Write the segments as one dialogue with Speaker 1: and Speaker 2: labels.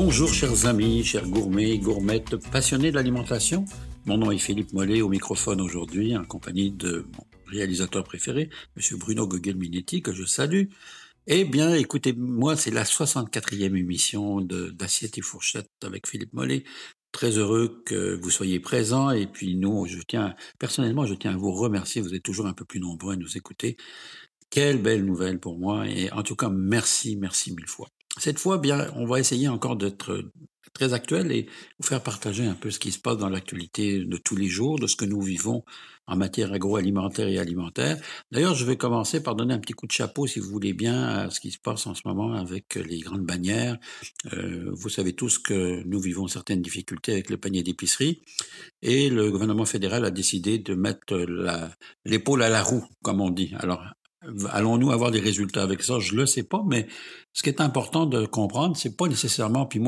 Speaker 1: Bonjour chers amis, chers gourmets, gourmettes, passionnés de l'alimentation. Mon nom est Philippe Mollet au microphone aujourd'hui en compagnie de mon réalisateur préféré, Monsieur Bruno Gugelminetti, que je salue. Eh bien, écoutez, moi, c'est la 64e émission d'Assiette et Fourchette avec Philippe Mollet. Très heureux que vous soyez présents. Et puis nous, personnellement, je tiens à vous remercier. Vous êtes toujours un peu plus nombreux à nous écouter. Quelle belle nouvelle pour moi. Et en tout cas, merci, merci mille fois. Cette fois, bien, on va essayer encore d'être très actuel et vous faire partager un peu ce qui se passe dans l'actualité de tous les jours, de ce que nous vivons en matière agroalimentaire et alimentaire. D'ailleurs, je vais commencer par donner un petit coup de chapeau, si vous voulez bien, à ce qui se passe en ce moment avec les grandes bannières. Vous savez tous que nous vivons certaines difficultés avec le panier d'épicerie et le gouvernement fédéral a décidé de mettre l'épaule à la roue, comme on dit. Alors, allons-nous avoir des résultats avec ça? Je le sais pas, mais ce qui est important de comprendre, c'est pas nécessairement, puis moi,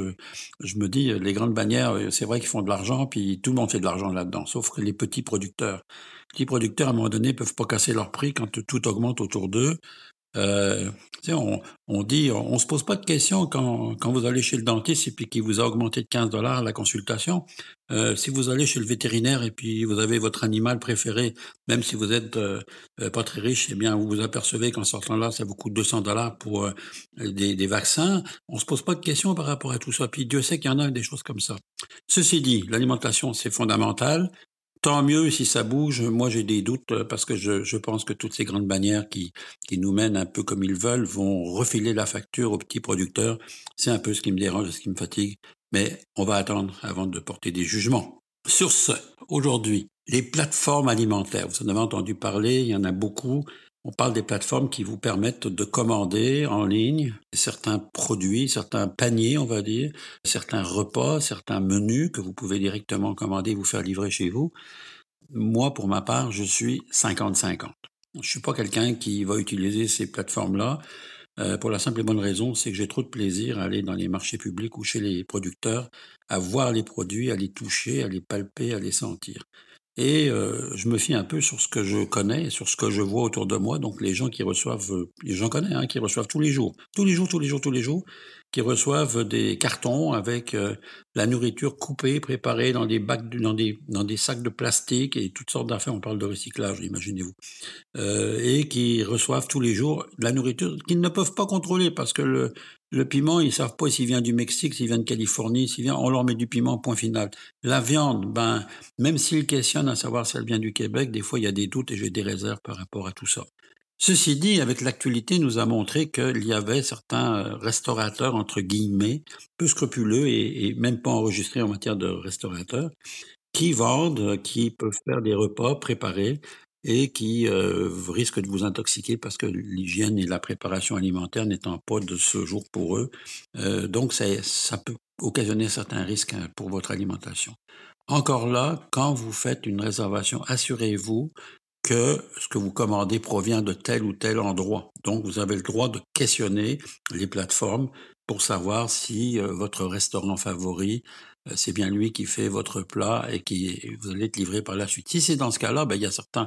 Speaker 1: je me dis, les grandes bannières, c'est vrai qu'ils font de l'argent, puis tout le monde fait de l'argent là-dedans, sauf que les petits producteurs. Les petits producteurs, à un moment donné, peuvent pas casser leur prix quand tout augmente autour d'eux. Tu sais, on dit, on se pose pas de questions quand vous allez chez le dentiste et puis qu'il vous a augmenté de 15 dollars la consultation. Si vous allez chez le vétérinaire et puis vous avez votre animal préféré, même si vous êtes pas très riche, eh bien, vous vous apercevez qu'en sortant là, ça vous coûte 200 dollars pour des vaccins. On se pose pas de questions par rapport à tout ça. Puis Dieu sait qu'il y en a des choses comme ça. Ceci dit, l'alimentation, c'est fondamental. Tant mieux si ça bouge. Moi, j'ai des doutes parce que je pense que toutes ces grandes bannières qui nous mènent un peu comme ils veulent vont refiler la facture aux petits producteurs. C'est un peu ce qui me dérange, ce qui me fatigue. Mais on va attendre avant de porter des jugements. Sur ce, aujourd'hui, les plateformes alimentaires. Vous en avez entendu parler, il y en a beaucoup. On parle des plateformes qui vous permettent de commander en ligne certains produits, certains paniers, on va dire, certains repas, certains menus que vous pouvez directement commander et vous faire livrer chez vous. Moi, pour ma part, je suis 50-50. Je suis pas quelqu'un qui va utiliser ces plateformes-là pour la simple et bonne raison, c'est que j'ai trop de plaisir à aller dans les marchés publics ou chez les producteurs, à voir les produits, à les toucher, à les palper, à les sentir. Et je me fie un peu sur ce que je connais, sur ce que je vois autour de moi. Donc les gens qui reçoivent, j'en connais, qui reçoivent tous les jours, qui reçoivent des cartons avec la nourriture coupée, préparée dans des bacs, dans des sacs de plastique et toutes sortes d'affaires. On parle de recyclage, imaginez-vous, et qui reçoivent tous les jours de la nourriture qu'ils ne peuvent pas contrôler parce que le piment, ils savent pas s'il vient du Mexique, s'il vient de Californie, on leur met du piment, point final. La viande, même s'ils questionnent à savoir si elle vient du Québec, des fois il y a des doutes et j'ai des réserves par rapport à tout ça. Ceci dit, avec l'actualité, nous a montré qu'il y avait certains restaurateurs, entre guillemets, peu scrupuleux et même pas enregistrés en matière de restaurateurs, qui vendent, qui peuvent faire des repas préparés et qui risquent de vous intoxiquer parce que l'hygiène et la préparation alimentaire n'étant pas de ce jour pour eux. Donc, ça peut occasionner certains risques pour votre alimentation. Encore là, quand vous faites une réservation, assurez-vous que ce que vous commandez provient de tel ou tel endroit. Donc, vous avez le droit de questionner les plateformes pour savoir si votre restaurant favori, c'est bien lui qui fait votre plat et qui vous allez être livré par la suite. Si c'est dans ce cas-là, il y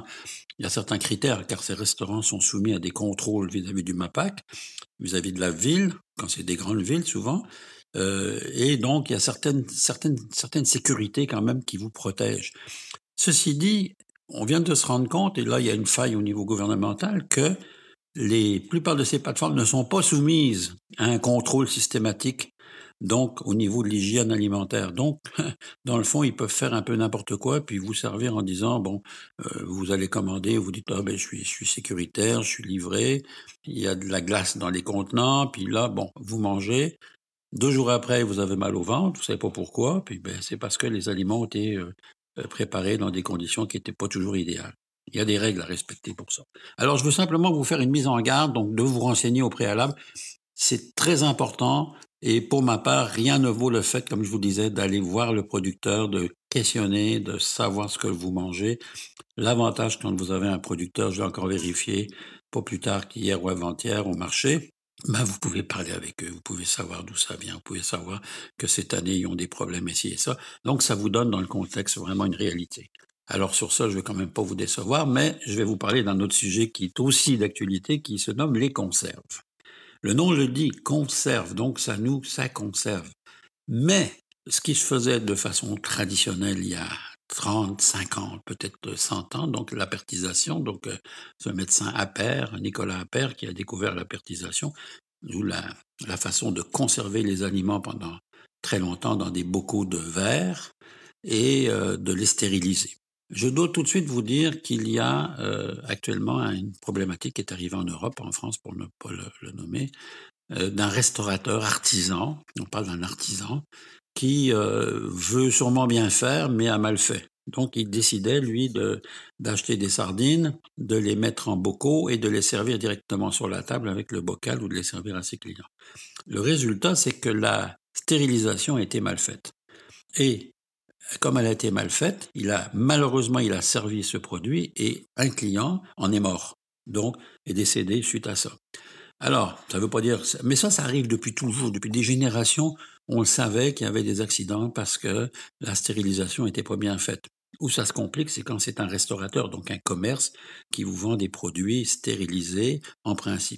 Speaker 1: a certains critères, car ces restaurants sont soumis à des contrôles vis-à-vis du MAPAC, vis-à-vis de la ville, quand c'est des grandes villes souvent, et donc il y a certaines sécurités quand même qui vous protègent. Ceci dit, on vient de se rendre compte, et là il y a une faille au niveau gouvernemental, que les plupart de ces plateformes ne sont pas soumises à un contrôle systématique, donc au niveau de l'hygiène alimentaire. Donc, dans le fond, ils peuvent faire un peu n'importe quoi, puis vous servir en disant, bon, vous allez commander, vous dites, je suis sécuritaire, je suis livré, il y a de la glace dans les contenants, puis là, bon, vous mangez. 2 jours après, vous avez mal au ventre, vous savez pas pourquoi, puis c'est parce que les aliments ont été préparés dans des conditions qui n'étaient pas toujours idéales. Il y a des règles à respecter pour ça. Alors, je veux simplement vous faire une mise en garde, donc de vous renseigner au préalable. C'est très important et pour ma part, rien ne vaut le fait, comme je vous disais, d'aller voir le producteur, de questionner, de savoir ce que vous mangez. L'avantage quand vous avez un producteur, je l'ai encore vérifié, pas plus tard qu'hier ou avant-hier au marché, vous pouvez parler avec eux, vous pouvez savoir d'où ça vient, vous pouvez savoir que cette année, ils ont des problèmes ici et ça. Donc, ça vous donne dans le contexte vraiment une réalité. Alors, sur ça, je vais quand même pas vous décevoir, mais je vais vous parler d'un autre sujet qui est aussi d'actualité, qui se nomme les conserves. Le nom le dit, conserve, donc ça conserve. Mais ce qui se faisait de façon traditionnelle il y a 30, 50, peut-être 100 ans, donc l'apertisation, donc ce médecin Appert, Nicolas Appert, qui a découvert l'apertisation, ou la façon de conserver les aliments pendant très longtemps dans des bocaux de verre et de les stériliser. Je dois tout de suite vous dire qu'il y a actuellement une problématique qui est arrivée en Europe, en France pour ne pas le nommer, d'un restaurateur artisan, on parle d'un artisan, qui veut sûrement bien faire, mais a mal fait. Donc il décidait, lui, d'acheter des sardines, de les mettre en bocaux et de les servir directement sur la table avec le bocal ou de les servir à ses clients. Le résultat, c'est que la stérilisation a été mal faite. Et comme elle a été mal faite, malheureusement, il a servi ce produit et un client en est mort. Donc, est décédé suite à ça. Alors, ça veut pas dire, mais ça arrive depuis toujours, depuis des générations. On le savait qu'il y avait des accidents parce que la stérilisation était pas bien faite. Où ça se complique, c'est quand c'est un restaurateur, donc un commerce, qui vous vend des produits stérilisés en principe.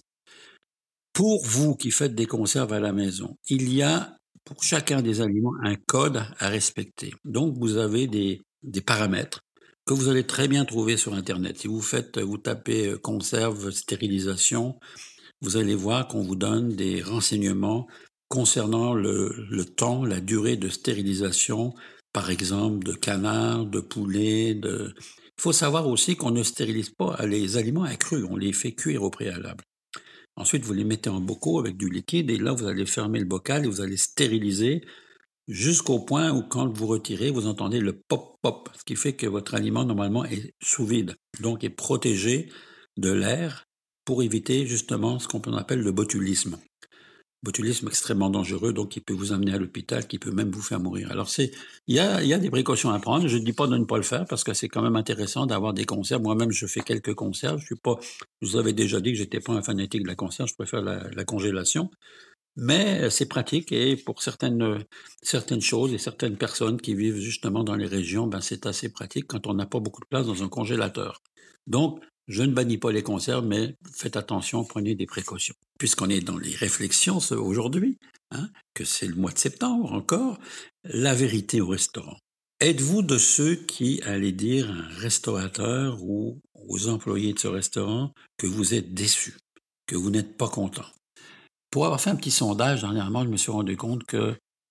Speaker 1: Pour vous qui faites des conserves à la maison, il y a pour chacun des aliments un code à respecter. Donc, vous avez des paramètres que vous allez très bien trouver sur Internet. Si vous tapez conserve, stérilisation, vous allez voir qu'on vous donne des renseignements concernant le temps, la durée de stérilisation, par exemple, de canard, de poulet. Il faut savoir aussi qu'on ne stérilise pas les aliments à cru, on les fait cuire au préalable. Ensuite, vous les mettez en bocaux avec du liquide et là, vous allez fermer le bocal et vous allez stériliser jusqu'au point où, quand vous retirez, vous entendez le pop-pop, ce qui fait que votre aliment, normalement, est sous vide, donc est protégé de l'air pour éviter justement ce qu'on appelle le botulisme. Botulisme extrêmement dangereux, donc qui peut vous amener à l'hôpital, qui peut même vous faire mourir. Alors il y a des précautions à prendre. Je ne dis pas de ne pas le faire parce que c'est quand même intéressant d'avoir des conserves. Moi-même, je fais quelques conserves. Je vous avais déjà dit que j'étais pas un fanatique de la conserve. Je préfère la congélation. Mais c'est pratique et pour certaines choses et certaines personnes qui vivent justement dans les régions, c'est assez pratique quand on n'a pas beaucoup de place dans un congélateur. Donc, je ne bannis pas les conserves, mais faites attention, prenez des précautions. Puisqu'on est dans les réflexions aujourd'hui, que c'est le mois de septembre encore, la vérité au restaurant. Êtes-vous de ceux qui allaient dire à un restaurateur ou aux employés de ce restaurant que vous êtes déçus, que vous n'êtes pas content? Pour avoir fait un petit sondage dernièrement, je me suis rendu compte que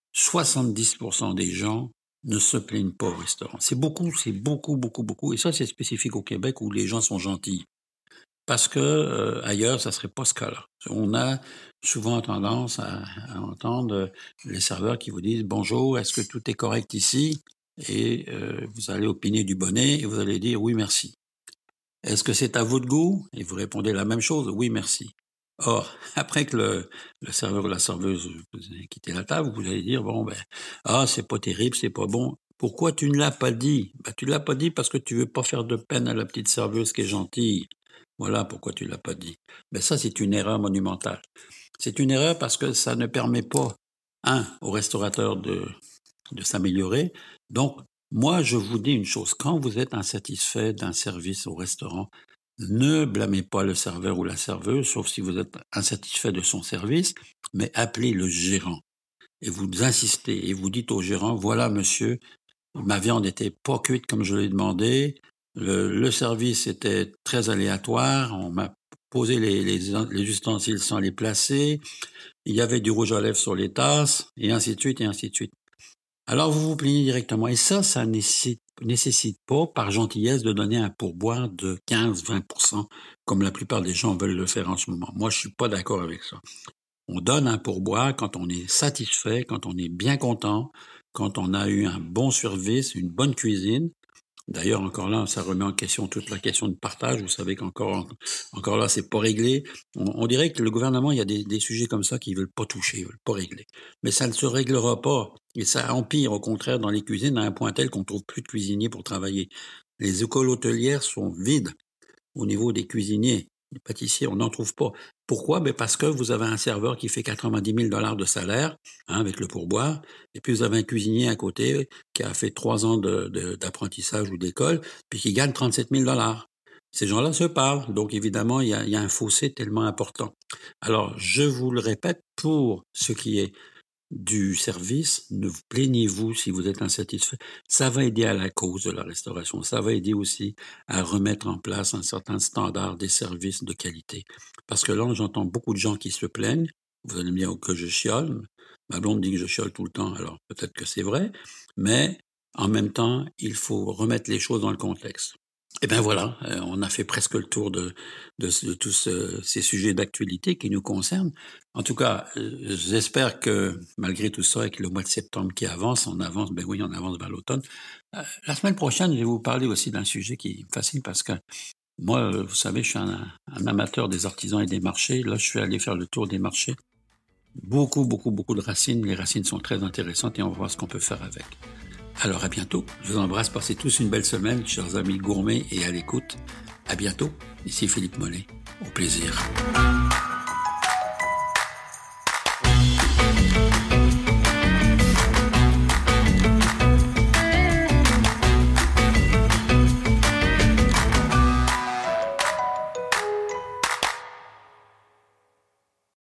Speaker 1: 70% des gens ne se plaignent pas au restaurant. C'est beaucoup, beaucoup. Et ça, c'est spécifique au Québec où les gens sont gentils. Parce que ailleurs, ça serait pas ce cas-là. On a souvent tendance à entendre les serveurs qui vous disent « Bonjour, est-ce que tout est correct ici ?» Et vous allez opiner du bonnet et vous allez dire « Oui, merci ». Est-ce que c'est à votre goût? Et vous répondez la même chose, oui, merci. Or, après que le serveur ou la serveuse vous ait quitté la table, vous allez dire, c'est pas terrible, c'est pas bon. Pourquoi tu ne l'as pas dit? Tu l'as pas dit parce que tu veux pas faire de peine à la petite serveuse qui est gentille. Voilà pourquoi tu l'as pas dit. Ça, c'est une erreur monumentale. C'est une erreur parce que ça ne permet pas, au restaurateur de s'améliorer. Donc, moi, je vous dis une chose, quand vous êtes insatisfait d'un service au restaurant, ne blâmez pas le serveur ou la serveuse, sauf si vous êtes insatisfait de son service, mais appelez le gérant. Et vous insistez et vous dites au gérant, voilà monsieur, ma viande n'était pas cuite comme je l'ai demandé, le service était très aléatoire, on m'a posé les ustensiles sans les placer, il y avait du rouge à lèvres sur les tasses, et ainsi de suite, et ainsi de suite. Alors vous vous plaignez directement. Et ça nécessite pas, par gentillesse, de donner un pourboire de 15-20%, comme la plupart des gens veulent le faire en ce moment. Moi, je suis pas d'accord avec ça. On donne un pourboire quand on est satisfait, quand on est bien content, quand on a eu un bon service, une bonne cuisine. D'ailleurs, encore là, ça remet en question toute la question de partage. Vous savez encore là, c'est pas réglé. On dirait que le gouvernement, il y a des sujets comme ça qu'ils veulent pas toucher, ils veulent pas régler. Mais ça ne se réglera pas. Et ça empire, au contraire, dans les cuisines à un point tel qu'on trouve plus de cuisiniers pour travailler. Les écoles hôtelières sont vides au niveau des cuisiniers. Les pâtissiers, on n'en trouve pas. Pourquoi? Parce que vous avez un serveur qui fait 90 000 $ de salaire, avec le pourboire, et puis vous avez un cuisinier à côté qui a fait 3 ans d'apprentissage ou d'école, puis qui gagne 37 000 $. Ces gens-là se parlent, donc évidemment, il y a un fossé tellement important. Alors, je vous le répète, pour ce qui est du service, ne vous plaignez-vous si vous êtes insatisfait. Ça va aider à la cause de la restauration. Ça va aider aussi à remettre en place un certain standard des services de qualité. Parce que là, j'entends beaucoup de gens qui se plaignent. Vous allez me dire que je chiole. Ma blonde dit que je chiole tout le temps, alors peut-être que c'est vrai. Mais en même temps, il faut remettre les choses dans le contexte. Eh bien voilà, on a fait presque le tour de tous ces sujets d'actualité qui nous concernent. En tout cas, j'espère que malgré tout ça, avec le mois de septembre qui avance, on avance vers l'automne. La semaine prochaine, je vais vous parler aussi d'un sujet qui me fascine parce que moi, vous savez, je suis un amateur des artisans et des marchés. Là, je suis allé faire le tour des marchés. Beaucoup de racines. Les racines sont très intéressantes et on va voir ce qu'on peut faire avec. Alors à bientôt, je vous embrasse, passez tous une belle semaine, chers amis gourmets et à l'écoute. À bientôt, ici Philippe Mollet, au plaisir.